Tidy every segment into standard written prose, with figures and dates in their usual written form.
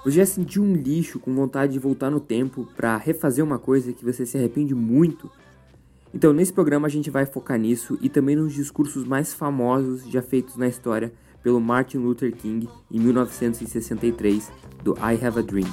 Você já sentiu um lixo com vontade de voltar no tempo para refazer uma coisa que você se arrepende muito? Então, nesse programa a gente vai focar nisso e também nos discursos mais famosos já feitos na história pelo Martin Luther King em 1963, do I Have a Dream.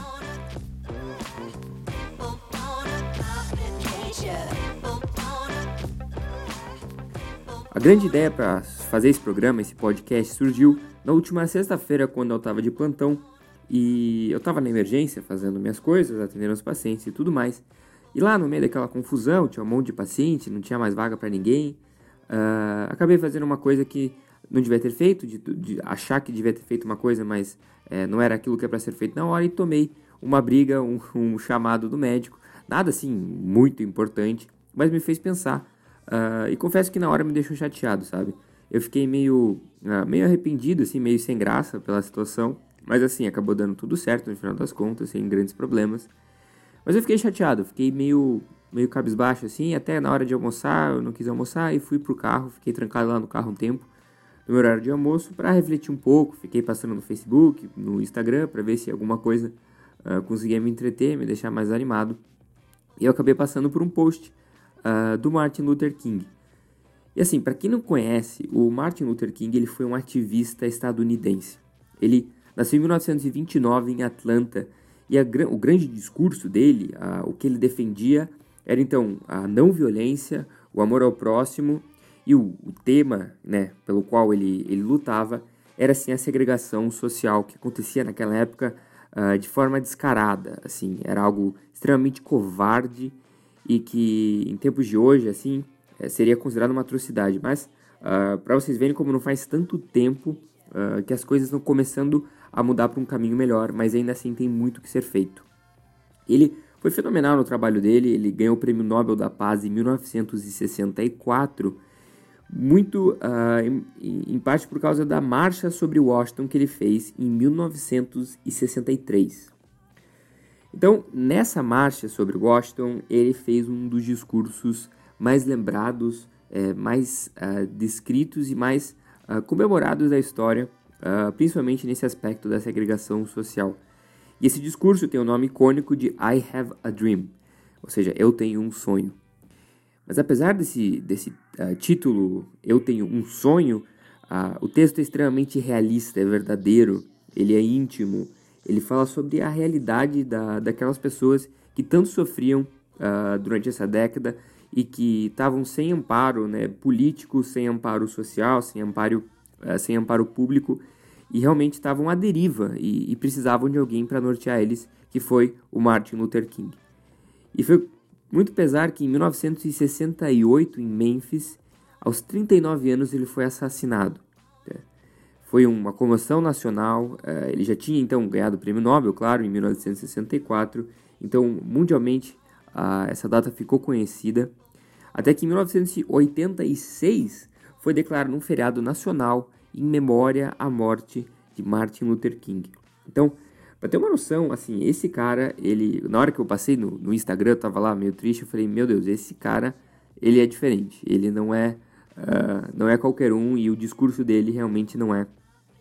A grande ideia para fazer esse programa, esse podcast, surgiu na última sexta-feira, quando eu estava de plantão e eu estava na emergência fazendo minhas coisas, atendendo os pacientes e tudo mais. E lá no meio daquela confusão, tinha um monte de paciente, não tinha mais vaga para ninguém. Acabei fazendo uma coisa que não devia ter feito, de achar que devia ter feito uma coisa, mas não era aquilo que é para ser feito na hora, e tomei uma briga, um chamado do médico. Nada assim muito importante, mas me fez pensar. E confesso que na hora me deixou chateado, sabe? Eu fiquei meio arrependido, assim, meio sem graça pela situação. Mas assim, acabou dando tudo certo no final das contas, sem grandes problemas. Mas eu fiquei chateado, fiquei meio cabisbaixo, assim. Até na hora de almoçar, eu não quis almoçar e fui pro carro. Fiquei trancado lá no carro um tempo, no meu horário de almoço, para refletir um pouco. Fiquei passando no Facebook, no Instagram, para ver se alguma coisa conseguia me entreter, me deixar mais animado. E eu acabei passando por um post do Martin Luther King. E assim, para quem não conhece, o Martin Luther King ele foi um ativista estadunidense. Ele nasceu em 1929 em Atlanta e o grande discurso dele, o que ele defendia, era então a não violência, o amor ao próximo, e o tema, né, pelo qual ele lutava era assim, a segregação social que acontecia naquela época de forma descarada. Assim, era algo extremamente covarde e que em tempos de hoje assim, seria considerado uma atrocidade. Mas para vocês verem como não faz tanto tempo que as coisas estão começando a mudar para um caminho melhor, mas ainda assim tem muito que ser feito. Ele foi fenomenal no trabalho dele, ele ganhou o Prêmio Nobel da Paz em 1964, muito em parte por causa da marcha sobre Washington que ele fez em 1963. Então, nessa marcha sobre Washington, ele fez um dos discursos mais lembrados, mais descritos e mais comemorados da história, principalmente nesse aspecto da segregação social. E esse discurso tem o nome icônico de I Have a Dream, ou seja, eu tenho um sonho. Mas apesar desse título, eu tenho um sonho, o texto é extremamente realista, é verdadeiro, ele é íntimo, ele fala sobre a realidade daquelas pessoas que tanto sofriam durante essa década e que estavam sem amparo, né, político, sem amparo social, sem amparo público, e realmente estavam à deriva e precisavam de alguém para nortear eles, que foi o Martin Luther King. E foi muito pesar que em 1968, em Memphis, aos 39 anos, ele foi assassinado. Foi uma comoção nacional, ele já tinha então ganhado o Prêmio Nobel, claro, em 1964, então mundialmente essa data ficou conhecida, até que em 1986 foi declarado um feriado nacional em memória à morte de Martin Luther King. Então, para ter uma noção, assim, esse cara, ele, na hora que eu passei no Instagram, eu tava lá meio triste, eu falei, meu Deus, esse cara, ele é diferente, ele não é qualquer um, e o discurso dele realmente não é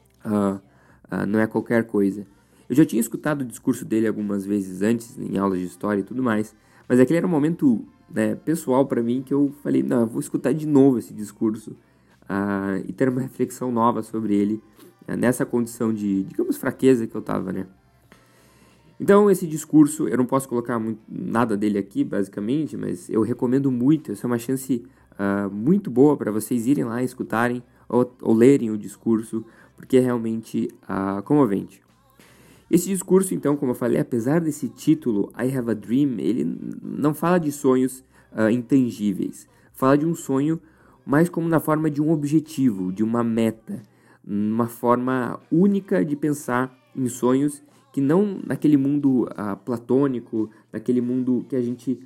qualquer coisa. Eu já tinha escutado o discurso dele algumas vezes antes, em aulas de história e tudo mais, mas aquele era um momento, né, pessoal para mim, que eu falei, não, eu vou escutar de novo esse discurso e ter uma reflexão nova sobre ele, nessa condição de, digamos, fraqueza que eu tava, né. Então, esse discurso, eu não posso colocar nada dele aqui, basicamente, mas eu recomendo muito, essa é uma chance muito boa para vocês irem lá, escutarem ou lerem o discurso, porque é realmente comovente. Esse discurso, então, como eu falei, apesar desse título, I Have a Dream, ele não fala de sonhos intangíveis, fala de um sonho mais como na forma de um objetivo, de uma meta, uma forma única de pensar em sonhos, que não naquele mundo platônico, naquele mundo que a gente,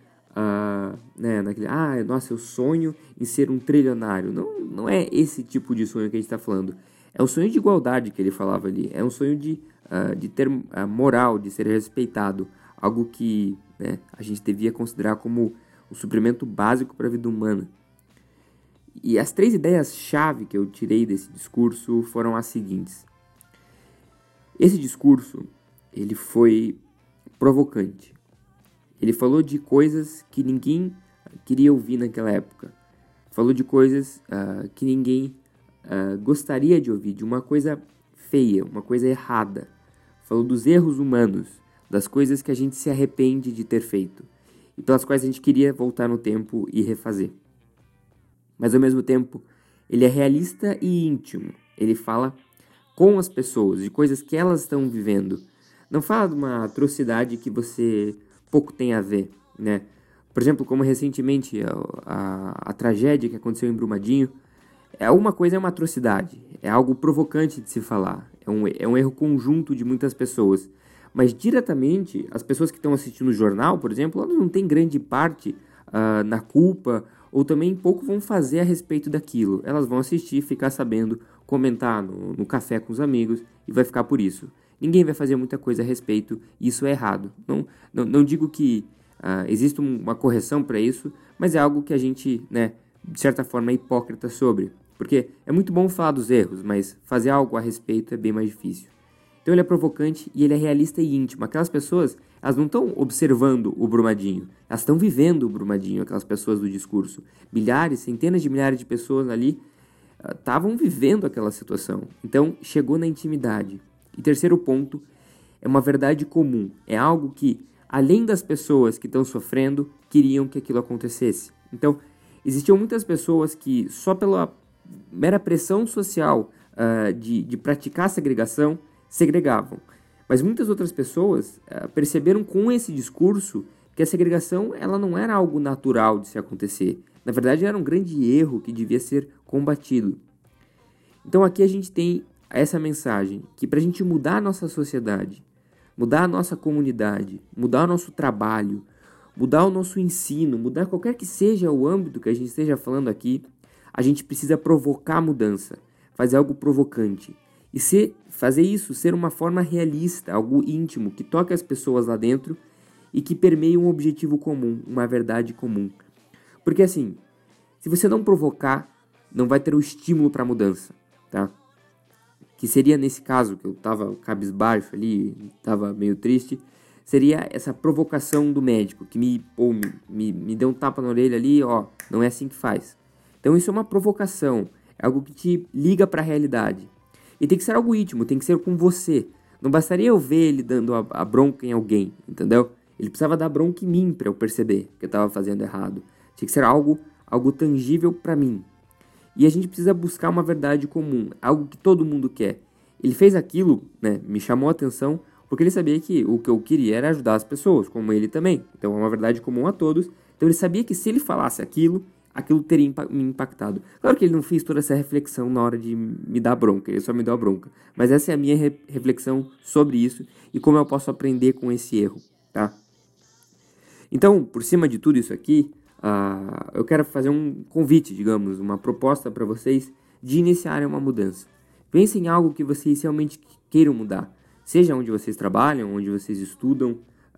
nossa, eu sonho em ser um trilionário. Não é esse tipo de sonho que a gente está falando. É um sonho de igualdade que ele falava ali. É um sonho de ter moral, de ser respeitado. Algo que, né, a gente devia considerar como o suprimento básico para a vida humana. E as 3 ideias-chave que eu tirei desse discurso foram as seguintes. Esse discurso, ele foi provocante. Ele falou de coisas que ninguém queria ouvir naquela época. Falou de coisas que ninguém gostaria de ouvir, de uma coisa feia, uma coisa errada. Falou dos erros humanos, das coisas que a gente se arrepende de ter feito e pelas quais a gente queria voltar no tempo e refazer. Mas ao mesmo tempo, ele é realista e íntimo. Ele fala com as pessoas, de coisas que elas estão vivendo. Não fala de uma atrocidade que você pouco tem a ver, né? Por exemplo, como recentemente a tragédia que aconteceu em Brumadinho, uma coisa é uma atrocidade, é algo provocante de se falar, é um erro conjunto de muitas pessoas. Mas diretamente, as pessoas que estão assistindo o jornal, por exemplo, elas não têm grande parte na culpa, ou também pouco vão fazer a respeito daquilo. Elas vão assistir, ficar sabendo, comentar no café com os amigos, e vai ficar por isso. Ninguém vai fazer muita coisa a respeito, e isso é errado. Não digo que existe uma correção para isso, mas é algo que a gente, né, de certa forma, é hipócrita sobre. Porque é muito bom falar dos erros, mas fazer algo a respeito é bem mais difícil. Então ele é provocante e ele é realista e íntimo. Aquelas pessoas, elas não estão observando o Brumadinho, elas estão vivendo o Brumadinho, aquelas pessoas do discurso. Milhares, centenas de milhares de pessoas ali estavam vivendo aquela situação. Então chegou na intimidade. E terceiro ponto, é uma verdade comum. É algo que, além das pessoas que estão sofrendo, queriam que aquilo acontecesse. Então, existiam muitas pessoas que só pela mera pressão social de praticar a segregação, segregavam. Mas muitas outras pessoas perceberam com esse discurso que a segregação ela não era algo natural de se acontecer. Na verdade, era um grande erro que devia ser combatido. Então aqui a gente tem essa mensagem, que para a gente mudar a nossa sociedade, mudar a nossa comunidade, mudar o nosso trabalho, mudar o nosso ensino, mudar qualquer que seja o âmbito que a gente esteja falando aqui, a gente precisa provocar mudança, fazer algo provocante. E fazer isso ser uma forma realista, algo íntimo, que toque as pessoas lá dentro e que permeie um objetivo comum, uma verdade comum. Porque assim, se você não provocar, não vai ter o estímulo para a mudança, tá? Que seria nesse caso, que eu estava cabisbaixo ali, estava meio triste, seria essa provocação do médico, que me deu um tapa na orelha ali, ó, não é assim que faz. Então isso é uma provocação, é algo que te liga para a realidade. E tem que ser algo íntimo, tem que ser com você. Não bastaria eu ver ele dando a bronca em alguém, entendeu? Ele precisava dar bronca em mim para eu perceber que eu estava fazendo errado. Tinha que ser algo tangível para mim. E a gente precisa buscar uma verdade comum, algo que todo mundo quer. Ele fez aquilo, né, me chamou a atenção, porque ele sabia que o que eu queria era ajudar as pessoas, como ele também. Então é uma verdade comum a todos. Então ele sabia que se ele falasse aquilo teria me impactado. Claro que ele não fez toda essa reflexão na hora de me dar bronca, ele só me deu a bronca. Mas essa é a minha reflexão sobre isso e como eu posso aprender com esse erro, tá? Então, por cima de tudo isso aqui, eu quero fazer um convite, digamos, uma proposta para vocês de iniciarem uma mudança. Pensem em algo que vocês realmente queiram mudar. Seja onde vocês trabalham, onde vocês estudam,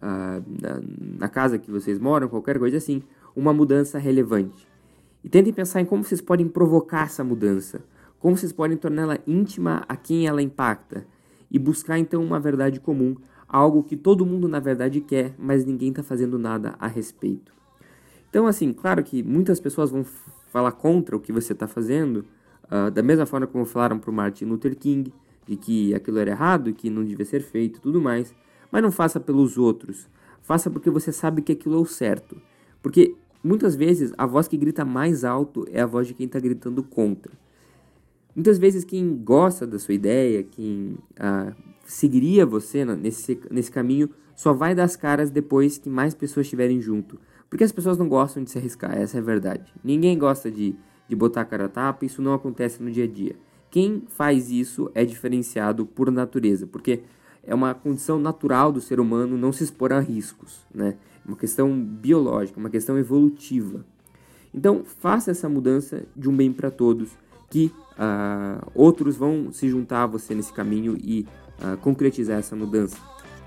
na casa que vocês moram, qualquer coisa assim, uma mudança relevante. E tentem pensar em como vocês podem provocar essa mudança, como vocês podem torná-la íntima a quem ela impacta e buscar então uma verdade comum, algo que todo mundo na verdade quer, mas ninguém está fazendo nada a respeito. Então assim, claro que muitas pessoas vão falar contra o que você está fazendo, da mesma forma como falaram para o Martin Luther King, de que aquilo era errado, que não devia ser feito e tudo mais, mas não faça pelos outros, faça porque você sabe que aquilo é o certo, porque muitas vezes a voz que grita mais alto é a voz de quem está gritando contra. Muitas vezes quem gosta da sua ideia, quem seguiria você nesse caminho, só vai dar as caras depois que mais pessoas estiverem junto. Porque as pessoas não gostam de se arriscar, essa é a verdade. Ninguém gosta de botar a cara a tapa, isso não acontece no dia a dia. Quem faz isso é diferenciado por natureza, porque é uma condição natural do ser humano não se expor a riscos, né? É uma questão biológica, uma questão evolutiva. Então, faça essa mudança de um bem para todos, que outros vão se juntar a você nesse caminho e concretizar essa mudança.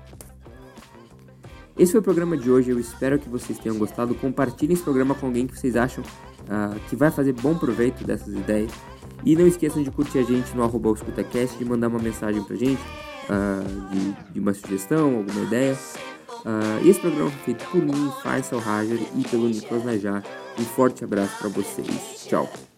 Esse foi o programa de hoje, eu espero que vocês tenham gostado. Compartilhem esse programa com alguém que vocês acham que vai fazer bom proveito dessas ideias. E não esqueçam de curtir a gente no @escutacast, de mandar uma mensagem pra gente. de uma sugestão, alguma ideia. E esse programa foi feito por mim, Faisal Hajar, e pelo Nicolas Najjar. Um forte abraço para vocês. Tchau.